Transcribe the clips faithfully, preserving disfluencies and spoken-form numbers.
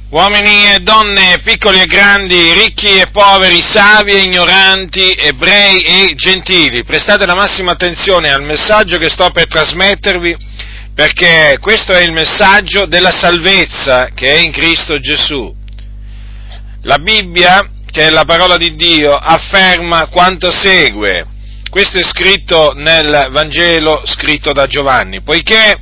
Uomini e donne, piccoli e grandi, ricchi e poveri, savi e ignoranti, ebrei e gentili, prestate la massima attenzione al messaggio che sto per trasmettervi, perché questo è il messaggio della salvezza che è in Cristo Gesù. La Bibbia, che è la parola di Dio, afferma quanto segue. Questo è scritto nel Vangelo scritto da Giovanni, poiché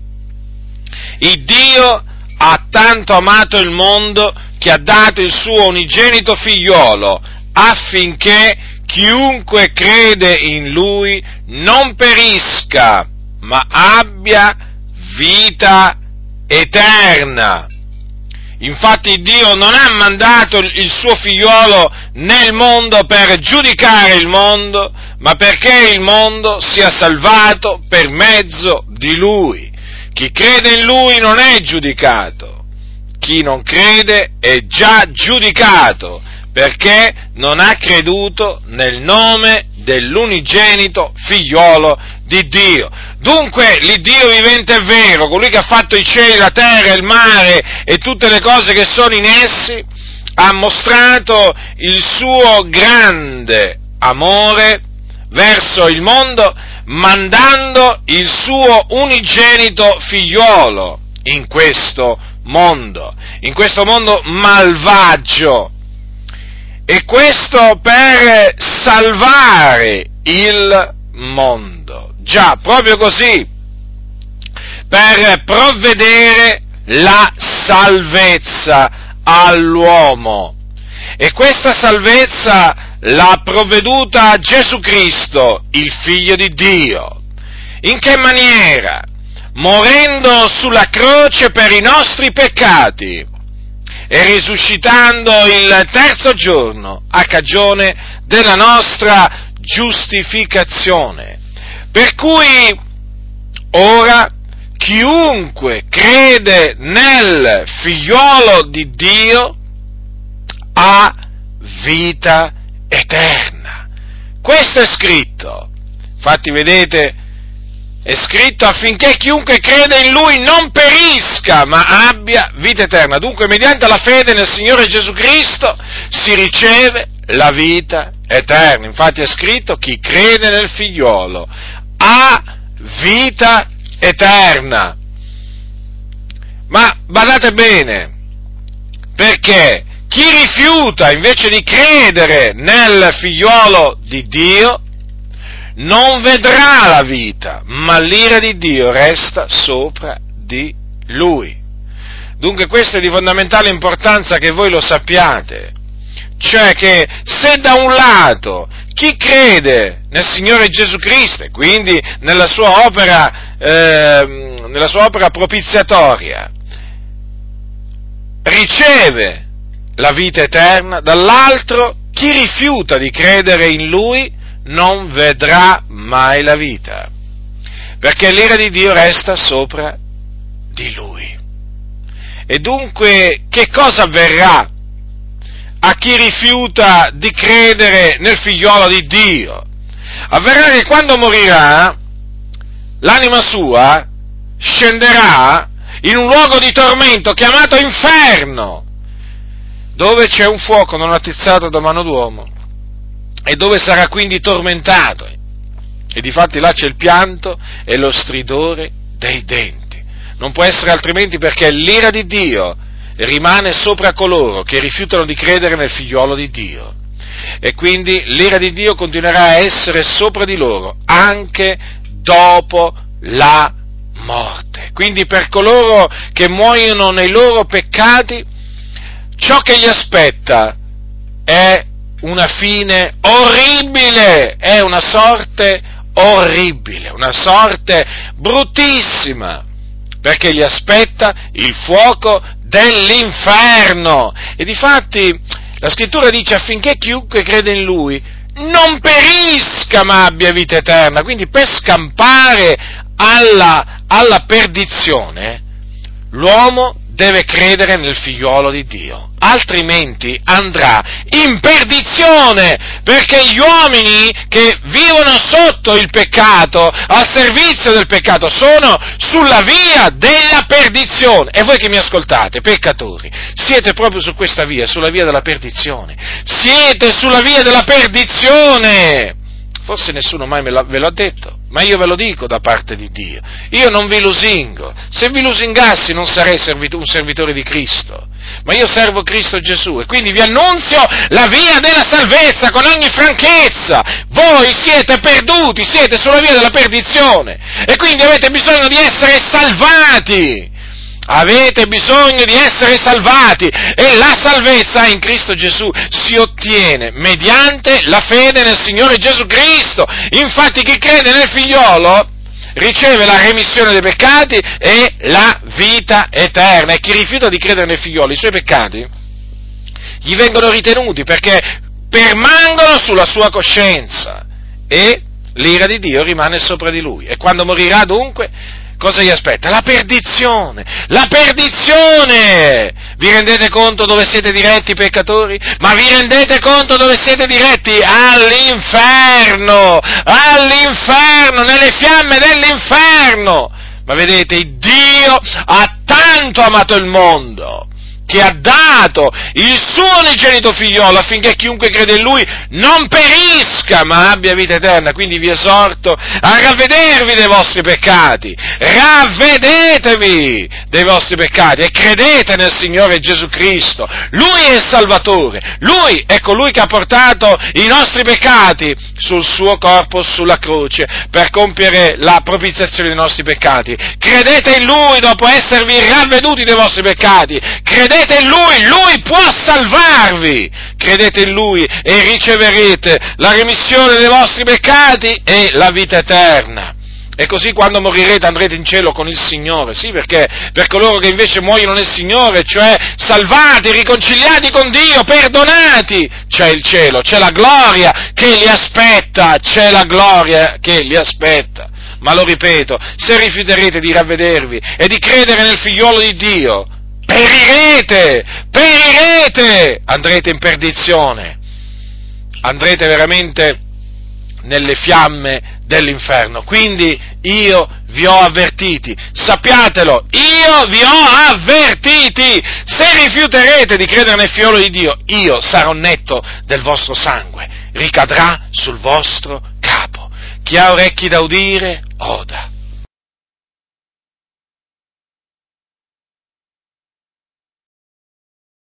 il Dio ha tanto amato il mondo che ha dato il suo unigenito figliolo, affinché chiunque crede in Lui non perisca, ma abbia vita eterna. Infatti Dio non ha mandato il suo figliolo nel mondo per giudicare il mondo, ma perché il mondo sia salvato per mezzo di Lui. Chi crede in Lui non è giudicato, chi non crede è già giudicato, perché non ha creduto nel nome dell'unigenito figliolo di Dio. Dunque l'Iddio vivente è vero, colui che ha fatto i cieli, la terra, il mare e tutte le cose che sono in essi, ha mostrato il suo grande amore verso il mondo, mandando il suo unigenito figliolo in questo mondo, in questo mondo malvagio, e questo per salvare il mondo. Già, proprio così, per provvedere la salvezza all'uomo. E questa salvezza l'ha provveduta Gesù Cristo, il Figlio di Dio. In che maniera? Morendo sulla croce per i nostri peccati e risuscitando il terzo giorno a cagione della nostra giustificazione. Per cui ora chiunque crede nel Figliolo di Dio ha vita eterna. Questo è scritto. Infatti, vedete, è scritto affinché chiunque crede in Lui non perisca, ma abbia vita eterna. Dunque, mediante la fede nel Signore Gesù Cristo si riceve la vita eterna. Infatti è scritto: chi crede nel Figliolo ha vita eterna. Ma badate bene, perché chi rifiuta invece di credere nel Figliolo di Dio non vedrà la vita, ma l'ira di Dio resta sopra di lui. Dunque questo è di fondamentale importanza che voi lo sappiate, cioè che se da un lato chi crede nel Signore Gesù Cristo e quindi nella sua opera, eh, nella sua opera propiziatoria riceve la vita eterna, dall'altro chi rifiuta di credere in Lui non vedrà mai la vita, perché l'ira di Dio resta sopra di lui. E dunque che cosa avverrà a chi rifiuta di credere nel Figliolo di Dio? Avverrà che quando morirà, l'anima sua scenderà in un luogo di tormento chiamato inferno, dove c'è un fuoco non attizzato da mano d'uomo, e dove sarà quindi tormentato, e difatti là c'è il pianto e lo stridore dei denti. Non può essere altrimenti, perché l'ira di Dio rimane sopra coloro che rifiutano di credere nel Figliolo di Dio, e quindi l'ira di Dio continuerà a essere sopra di loro anche dopo la morte. Quindi per coloro che muoiono nei loro peccati, ciò che gli aspetta è una fine orribile, è una sorte orribile, una sorte bruttissima, perché gli aspetta il fuoco dell'inferno. E difatti la Scrittura dice: affinché chiunque crede in Lui non perisca, ma abbia vita eterna. Quindi per scampare alla, alla perdizione l'uomo deve credere nel figliuolo di Dio, altrimenti andrà in perdizione, perché gli uomini che vivono sotto il peccato, al servizio del peccato, sono sulla via della perdizione. E voi che mi ascoltate, peccatori, siete proprio su questa via, sulla via della perdizione. Siete sulla via della perdizione! Forse nessuno mai me ve l'ha detto, ma io ve lo dico da parte di Dio. Io non vi lusingo. Se vi lusingassi non sarei servito, un servitore di Cristo, ma io servo Cristo Gesù e quindi vi annunzio la via della salvezza con ogni franchezza. Voi siete perduti, siete sulla via della perdizione e quindi avete bisogno di essere salvati. Avete bisogno di essere salvati e la salvezza in Cristo Gesù si ottiene mediante la fede nel Signore Gesù Cristo. Infatti chi crede nel figliolo riceve la remissione dei peccati e la vita eterna, e chi rifiuta di credere nel figliolo, i suoi peccati gli vengono ritenuti perché permangono sulla sua coscienza e l'ira di Dio rimane sopra di lui. E quando morirà dunque, cosa gli aspetta? La perdizione! La perdizione! Vi rendete conto dove siete diretti, peccatori? Ma vi rendete conto dove siete diretti? All'inferno! All'inferno! Nelle fiamme dell'inferno! Ma vedete, Dio ha tanto amato il mondo che ha dato il suo unigenito figliolo affinché chiunque crede in lui non perisca, ma abbia vita eterna. Quindi vi esorto a ravvedervi dei vostri peccati, ravvedetevi dei vostri peccati e credete nel Signore Gesù Cristo. Lui è il Salvatore, Lui è colui che ha portato i nostri peccati sul suo corpo sulla croce per compiere la propiziazione dei nostri peccati. Credete in Lui dopo esservi ravveduti dei vostri peccati, credete in Lui, Lui può salvarvi, credete in Lui e riceverete la remissione dei vostri peccati e la vita eterna. E così quando morirete andrete in cielo con il Signore, sì, perché per coloro che invece muoiono nel Signore, cioè salvati, riconciliati con Dio, perdonati, c'è il cielo, c'è la gloria che li aspetta, c'è la gloria che li aspetta. Ma lo ripeto, se rifiuterete di ravvedervi e di credere nel figliolo di Dio, perirete, perirete, andrete in perdizione, andrete veramente nelle fiamme dell'inferno. Quindi io vi ho avvertiti, sappiatelo, io vi ho avvertiti, se rifiuterete di credere nel figliolo di Dio, io sarò netto del vostro sangue, ricadrà sul vostro capo. Chi ha orecchi da udire, oda.